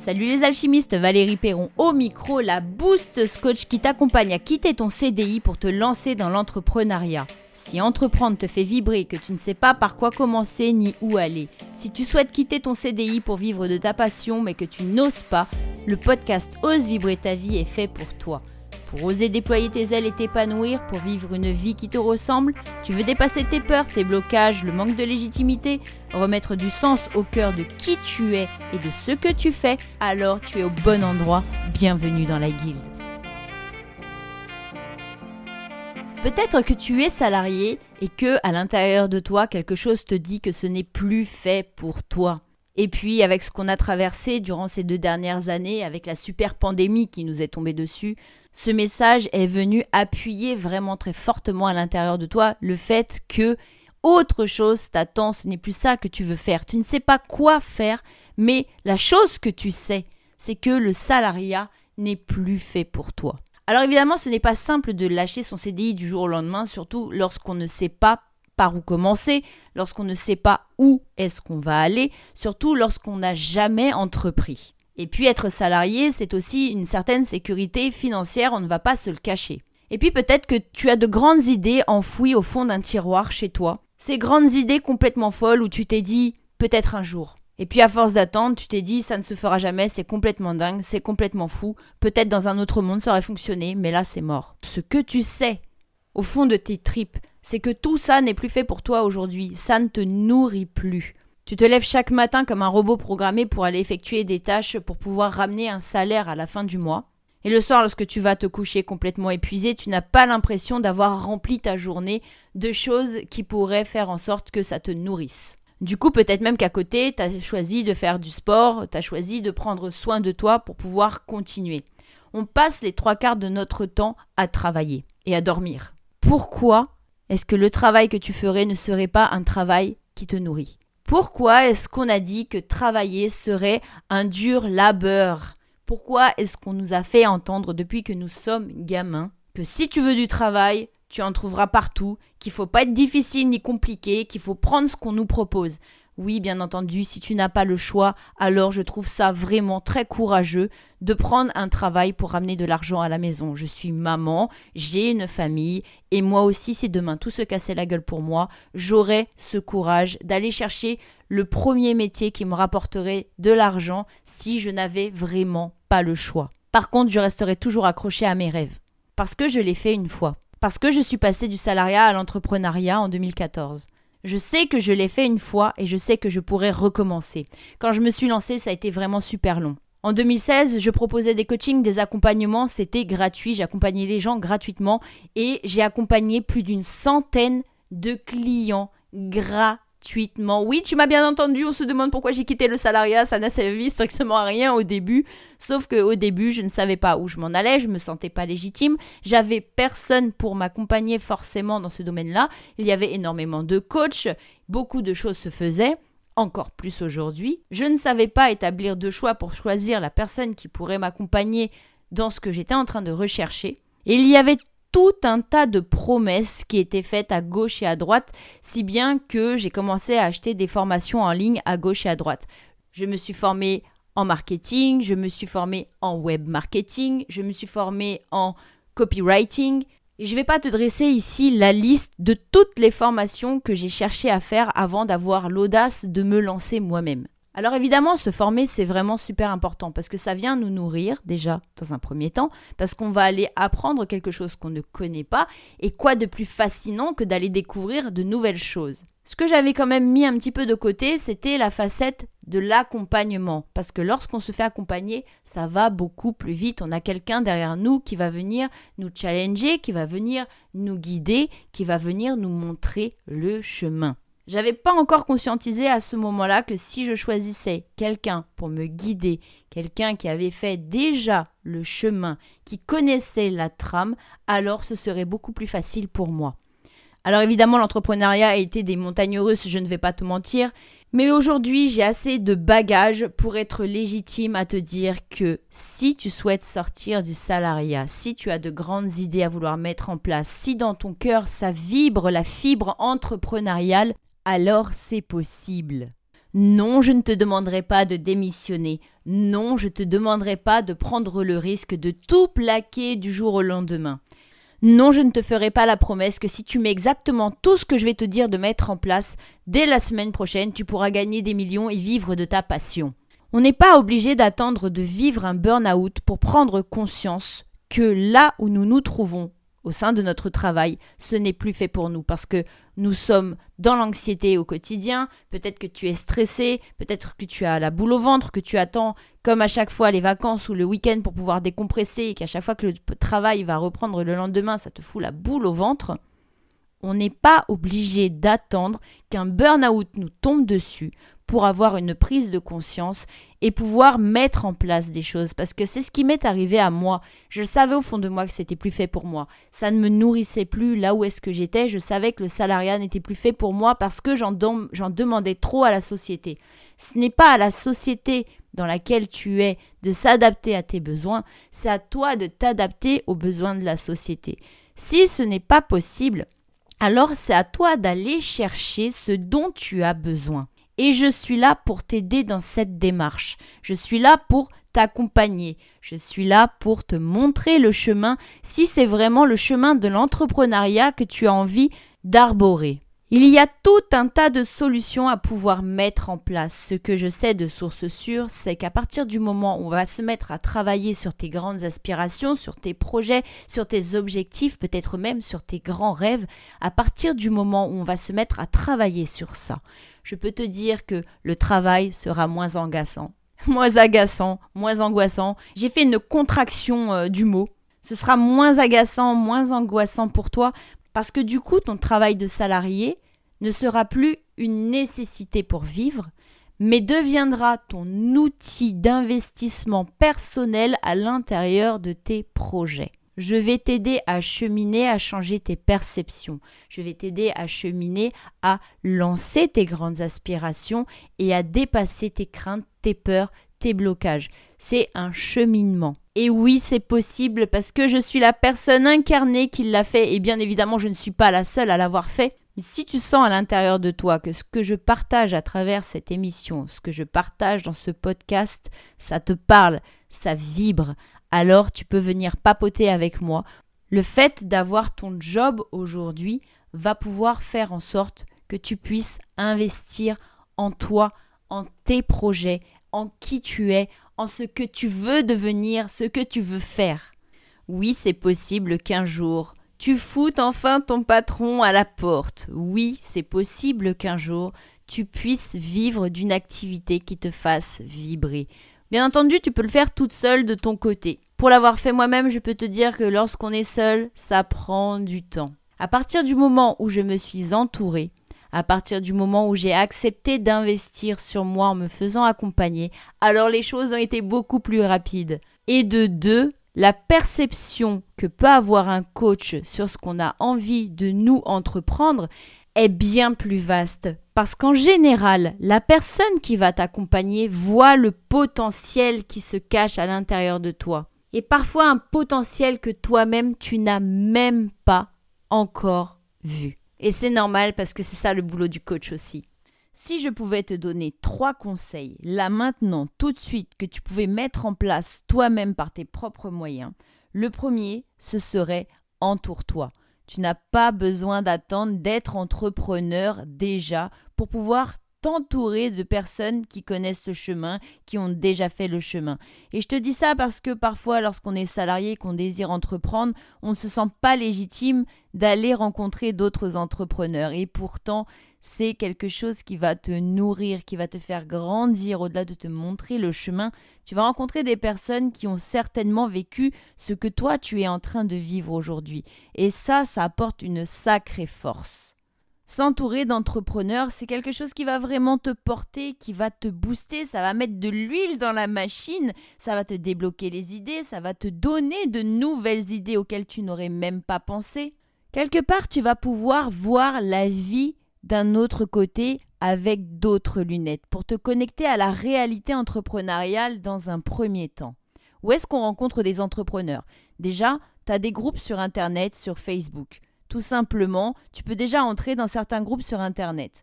Salut les alchimistes, Valérie Perron au micro, la Boost Coach qui t'accompagne à quitter ton CDI pour te lancer dans l'entrepreneuriat. Si entreprendre te fait vibrer, que tu ne sais pas par quoi commencer ni où aller, si tu souhaites quitter ton CDI pour vivre de ta passion mais que tu n'oses pas, le podcast Ose vibrer ta vie est fait pour toi. Pour oser déployer tes ailes et t'épanouir, pour vivre une vie qui te ressemble, tu veux dépasser tes peurs, tes blocages, le manque de légitimité, remettre du sens au cœur de qui tu es et de ce que tu fais, alors tu es au bon endroit, bienvenue dans la guilde. Peut-être que tu es salarié et que, à l'intérieur de toi, quelque chose te dit que ce n'est plus fait pour toi. Et puis, avec ce qu'on a traversé durant ces 2 dernières années, avec la super pandémie qui nous est tombée dessus, ce message est venu appuyer vraiment très fortement à l'intérieur de toi le fait que autre chose t'attend, ce n'est plus ça que tu veux faire. Tu ne sais pas quoi faire, mais la chose que tu sais, c'est que le salariat n'est plus fait pour toi. Alors évidemment, ce n'est pas simple de lâcher son CDI du jour au lendemain, surtout lorsqu'on ne sait pas par où commencer, lorsqu'on ne sait pas où est-ce qu'on va aller, surtout lorsqu'on n'a jamais entrepris. Et puis être salarié, c'est aussi une certaine sécurité financière, on ne va pas se le cacher. Et puis peut-être que tu as de grandes idées enfouies au fond d'un tiroir chez toi. Ces grandes idées complètement folles où tu t'es dit peut-être un jour. Et puis à force d'attendre, tu t'es dit ça ne se fera jamais, c'est complètement dingue, c'est complètement fou. Peut-être dans un autre monde ça aurait fonctionné, mais là c'est mort. Ce que tu sais au fond de tes tripes, c'est que tout ça n'est plus fait pour toi aujourd'hui. Ça ne te nourrit plus. Tu te lèves chaque matin comme un robot programmé pour aller effectuer des tâches pour pouvoir ramener un salaire à la fin du mois. Et le soir, lorsque tu vas te coucher complètement épuisé, tu n'as pas l'impression d'avoir rempli ta journée de choses qui pourraient faire en sorte que ça te nourrisse. Du coup, peut-être même qu'à côté, tu as choisi de faire du sport, tu as choisi de prendre soin de toi pour pouvoir continuer. On passe les 3/4 de notre temps à travailler et à dormir. Pourquoi est-ce que le travail que tu ferais ne serait pas un travail qui te nourrit ? Pourquoi est-ce qu'on a dit que travailler serait un dur labeur ? Pourquoi est-ce qu'on nous a fait entendre depuis que nous sommes gamins que si tu veux du travail, tu en trouveras partout, qu'il faut pas être difficile ni compliqué, qu'il faut prendre ce qu'on nous propose ? Oui, bien entendu, si tu n'as pas le choix, alors je trouve ça vraiment très courageux de prendre un travail pour ramener de l'argent à la maison. Je suis maman, j'ai une famille et moi aussi, si demain tout se cassait la gueule pour moi, j'aurais ce courage d'aller chercher le premier métier qui me rapporterait de l'argent si je n'avais vraiment pas le choix. Par contre, je resterai toujours accrochée à mes rêves parce que je l'ai fait une fois. Parce que je suis passée du salariat à l'entrepreneuriat en 2014. Je sais que je l'ai fait une fois et je sais que je pourrais recommencer. Quand je me suis lancée, ça a été vraiment super long. En 2016, je proposais des coachings, des accompagnements, c'était gratuit, j'accompagnais les gens gratuitement et j'ai accompagné plus d'une 100aine de clients gratuitement. Oui, tu m'as bien entendu, on se demande pourquoi j'ai quitté le salariat, ça n'a servi strictement à rien au début, sauf qu'au début, je ne savais pas où je m'en allais, je me sentais pas légitime, j'avais personne pour m'accompagner forcément dans ce domaine-là, il y avait énormément de coachs, beaucoup de choses se faisaient, encore plus aujourd'hui, je ne savais pas établir de choix pour choisir la personne qui pourrait m'accompagner dans ce que j'étais en train de rechercher, et il y avait tout un tas de promesses qui étaient faites à gauche et à droite, si bien que j'ai commencé à acheter des formations en ligne à gauche et à droite. Je me suis formée en marketing, je me suis formée en web marketing, je me suis formée en copywriting. Et je ne vais pas te dresser ici la liste de toutes les formations que j'ai cherché à faire avant d'avoir l'audace de me lancer moi-même. Alors évidemment, se former, c'est vraiment super important parce que ça vient nous nourrir déjà dans un premier temps, parce qu'on va aller apprendre quelque chose qu'on ne connaît pas et quoi de plus fascinant que d'aller découvrir de nouvelles choses. Ce que j'avais quand même mis un petit peu de côté, c'était la facette de l'accompagnement parce que lorsqu'on se fait accompagner, ça va beaucoup plus vite. On a quelqu'un derrière nous qui va venir nous challenger, qui va venir nous guider, qui va venir nous montrer le chemin. J'avais pas encore conscientisé à ce moment-là que si je choisissais quelqu'un pour me guider, quelqu'un qui avait fait déjà le chemin, qui connaissait la trame, alors ce serait beaucoup plus facile pour moi. Alors évidemment, l'entrepreneuriat a été des montagnes russes, je ne vais pas te mentir, mais aujourd'hui, j'ai assez de bagages pour être légitime à te dire que si tu souhaites sortir du salariat, si tu as de grandes idées à vouloir mettre en place, si dans ton cœur ça vibre la fibre entrepreneuriale, alors c'est possible. Non, je ne te demanderai pas de démissionner. Non, je ne te demanderai pas de prendre le risque de tout plaquer du jour au lendemain. Non, je ne te ferai pas la promesse que si tu mets exactement tout ce que je vais te dire de mettre en place, dès la semaine prochaine, tu pourras gagner des millions et vivre de ta passion. On n'est pas obligé d'attendre de vivre un burn-out pour prendre conscience que là où nous nous trouvons, au sein de notre travail, ce n'est plus fait pour nous parce que nous sommes dans l'anxiété au quotidien, peut-être que tu es stressé, peut-être que tu as la boule au ventre, que tu attends comme à chaque fois les vacances ou le week-end pour pouvoir décompresser et qu'à chaque fois que le travail va reprendre le lendemain, ça te fout la boule au ventre. On n'est pas obligé d'attendre qu'un burn-out nous tombe dessus pour avoir une prise de conscience et pouvoir mettre en place des choses. Parce que c'est ce qui m'est arrivé à moi. Je savais au fond de moi que c'était plus fait pour moi. Ça ne me nourrissait plus là où est-ce que j'étais. Je savais que le salariat n'était plus fait pour moi parce que j'en demandais trop à la société. Ce n'est pas à la société dans laquelle tu es de s'adapter à tes besoins. C'est à toi de t'adapter aux besoins de la société. Si ce n'est pas possible, alors c'est à toi d'aller chercher ce dont tu as besoin. Et je suis là pour t'aider dans cette démarche. Je suis là pour t'accompagner. Je suis là pour te montrer le chemin si c'est vraiment le chemin de l'entrepreneuriat que tu as envie d'arborer. Il y a tout un tas de solutions à pouvoir mettre en place. Ce que je sais de source sûre, c'est qu'à partir du moment où on va se mettre à travailler sur tes grandes aspirations, sur tes projets, sur tes objectifs, peut-être même sur tes grands rêves, à partir du moment où on va se mettre à travailler sur ça, je peux te dire que le travail sera moins agaçant, moins angoissant. J'ai fait une contraction du mot. Ce sera moins agaçant, moins angoissant pour toi parce que du coup, ton travail de salarié ne sera plus une nécessité pour vivre, mais deviendra ton outil d'investissement personnel à l'intérieur de tes projets. Je vais t'aider à cheminer, à changer tes perceptions. Je vais t'aider à cheminer, à lancer tes grandes aspirations et à dépasser tes craintes, tes peurs, tes blocages. C'est un cheminement. Et oui, c'est possible parce que je suis la personne incarnée qui l'a fait et bien évidemment, je ne suis pas la seule à l'avoir fait. Mais si tu sens à l'intérieur de toi que ce que je partage à travers cette émission, ce que je partage dans ce podcast, ça te parle, ça vibre, alors tu peux venir papoter avec moi. Le fait d'avoir ton job aujourd'hui va pouvoir faire en sorte que tu puisses investir en toi, en tes projets, en qui tu es, en ce que tu veux devenir, ce que tu veux faire. Oui, c'est possible qu'un jour, tu foutes enfin ton patron à la porte. Oui, c'est possible qu'un jour, tu puisses vivre d'une activité qui te fasse vibrer. Bien entendu, tu peux le faire toute seule de ton côté. Pour l'avoir fait moi-même, je peux te dire que lorsqu'on est seul, ça prend du temps. À partir du moment où je me suis entourée, à partir du moment où j'ai accepté d'investir sur moi en me faisant accompagner, alors les choses ont été beaucoup plus rapides. Et de deux, la perception que peut avoir un coach sur ce qu'on a envie de nous entreprendre est bien plus vaste. Parce qu'en général, la personne qui va t'accompagner voit le potentiel qui se cache à l'intérieur de toi. Et parfois un potentiel que toi-même tu n'as même pas encore vu. Et c'est normal parce que c'est ça le boulot du coach aussi. Si je pouvais te donner 3 conseils, là maintenant, tout de suite, que tu pouvais mettre en place toi-même par tes propres moyens, le premier, ce serait entoure-toi. Tu n'as pas besoin d'attendre d'être entrepreneur déjà pour pouvoir t'entourer de personnes qui connaissent ce chemin, qui ont déjà fait le chemin. Et je te dis ça parce que parfois, lorsqu'on est salarié et qu'on désire entreprendre, on ne se sent pas légitime d'aller rencontrer d'autres entrepreneurs. Et pourtant, c'est quelque chose qui va te nourrir, qui va te faire grandir au-delà de te montrer le chemin. Tu vas rencontrer des personnes qui ont certainement vécu ce que toi, tu es en train de vivre aujourd'hui. Et ça apporte une sacrée force. S'entourer d'entrepreneurs, c'est quelque chose qui va vraiment te porter, qui va te booster, ça va mettre de l'huile dans la machine, ça va te débloquer les idées, ça va te donner de nouvelles idées auxquelles tu n'aurais même pas pensé. Quelque part, tu vas pouvoir voir la vie d'un autre côté avec d'autres lunettes pour te connecter à la réalité entrepreneuriale dans un premier temps. Où est-ce qu'on rencontre des entrepreneurs ? Déjà, tu as des groupes sur Internet, sur Facebook. Tout simplement, tu peux déjà entrer dans certains groupes sur Internet.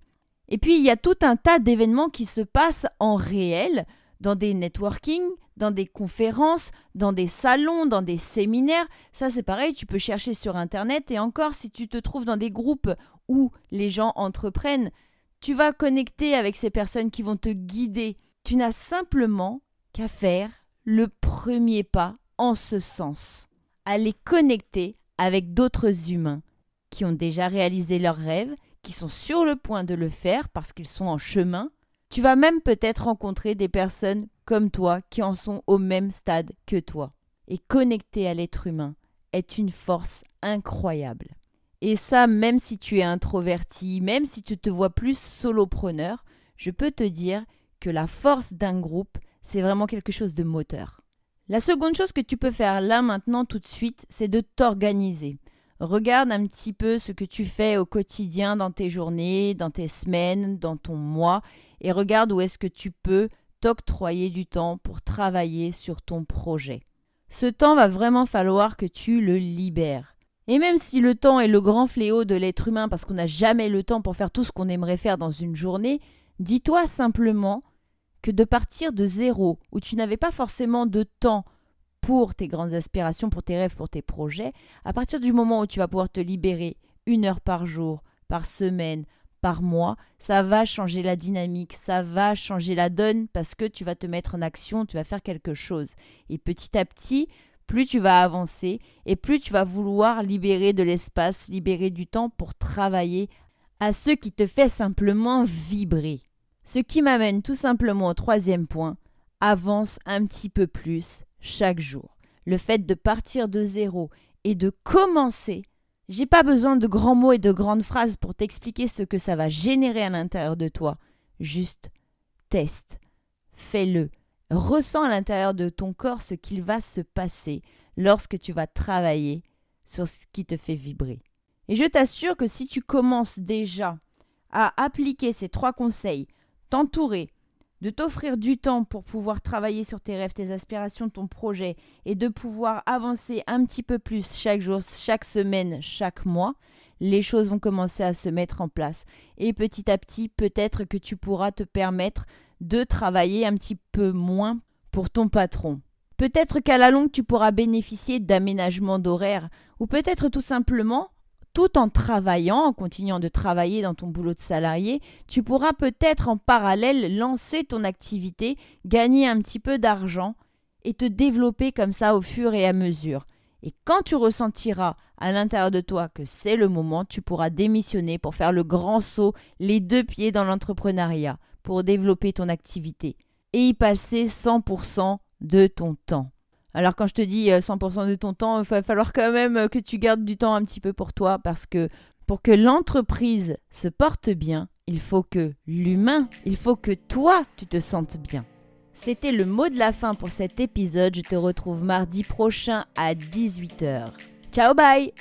Et puis, il y a tout un tas d'événements qui se passent en réel, dans des networking, dans des conférences, dans des salons, dans des séminaires. Ça, c'est pareil, tu peux chercher sur Internet. Et encore, si tu te trouves dans des groupes où les gens entreprennent, tu vas connecter avec ces personnes qui vont te guider. Tu n'as simplement qu'à faire le premier pas en ce sens. Aller connecter avec d'autres humains qui ont déjà réalisé leurs rêves, qui sont sur le point de le faire parce qu'ils sont en chemin. Tu vas même peut-être rencontrer des personnes comme toi qui en sont au même stade que toi. Et connecter à l'être humain est une force incroyable. Et ça, même si tu es introverti, même si tu te vois plus solopreneur, je peux te dire que la force d'un groupe, c'est vraiment quelque chose de moteur. La seconde chose que tu peux faire là maintenant tout de suite, c'est de t'organiser. Regarde un petit peu ce que tu fais au quotidien dans tes journées, dans tes semaines, dans ton mois et regarde où est-ce que tu peux t'octroyer du temps pour travailler sur ton projet. Ce temps va vraiment falloir que tu le libères. Et même si le temps est le grand fléau de l'être humain parce qu'on n'a jamais le temps pour faire tout ce qu'on aimerait faire dans une journée, dis-toi simplement que de partir de zéro, où tu n'avais pas forcément de temps pour tes grandes aspirations, pour tes rêves, pour tes projets, à partir du moment où tu vas pouvoir te libérer 1 heure par jour, par semaine, par mois, ça va changer la dynamique, ça va changer la donne parce que tu vas te mettre en action, tu vas faire quelque chose. Et petit à petit, plus tu vas avancer et plus tu vas vouloir libérer de l'espace, libérer du temps pour travailler à ce qui te fait simplement vibrer. Ce qui m'amène tout simplement au 3e point, avance un petit peu plus chaque jour. Le fait de partir de zéro et de commencer, j'ai pas besoin de grands mots et de grandes phrases pour t'expliquer ce que ça va générer à l'intérieur de toi. Juste teste, fais-le, ressens à l'intérieur de ton corps ce qu'il va se passer lorsque tu vas travailler sur ce qui te fait vibrer. Et je t'assure que si tu commences déjà à appliquer ces 3 conseils, t'entourer, de t'offrir du temps pour pouvoir travailler sur tes rêves, tes aspirations, ton projet et de pouvoir avancer un petit peu plus chaque jour, chaque semaine, chaque mois, les choses vont commencer à se mettre en place. Et petit à petit, peut-être que tu pourras te permettre de travailler un petit peu moins pour ton patron. Peut-être qu'à la longue, tu pourras bénéficier d'aménagements d'horaires ou peut-être tout simplement tout en travaillant, en continuant de travailler dans ton boulot de salarié, tu pourras peut-être en parallèle lancer ton activité, gagner un petit peu d'argent et te développer comme ça au fur et à mesure. Et quand tu ressentiras à l'intérieur de toi que c'est le moment, tu pourras démissionner pour faire le grand saut, les 2 pieds dans l'entrepreneuriat, pour développer ton activité et y passer 100% de ton temps. Alors quand je te dis 100% de ton temps, il va falloir quand même que tu gardes du temps un petit peu pour toi parce que pour que l'entreprise se porte bien, il faut que l'humain, il faut que toi, tu te sentes bien. C'était le mot de la fin pour cet épisode. Je te retrouve mardi prochain à 18h. Ciao, bye!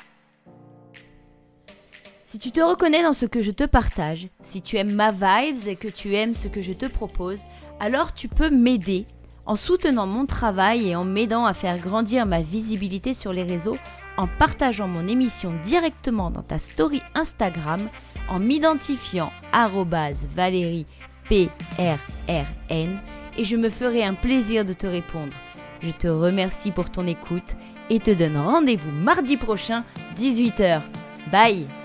Si tu te reconnais dans ce que je te partage, si tu aimes ma vibes et que tu aimes ce que je te propose, alors tu peux m'aider en soutenant mon travail et en m'aidant à faire grandir ma visibilité sur les réseaux, en partageant mon émission directement dans ta story Instagram, en m'identifiant @ValériePRRN et je me ferai un plaisir de te répondre. Je te remercie pour ton écoute et te donne rendez-vous mardi prochain, 18h. Bye!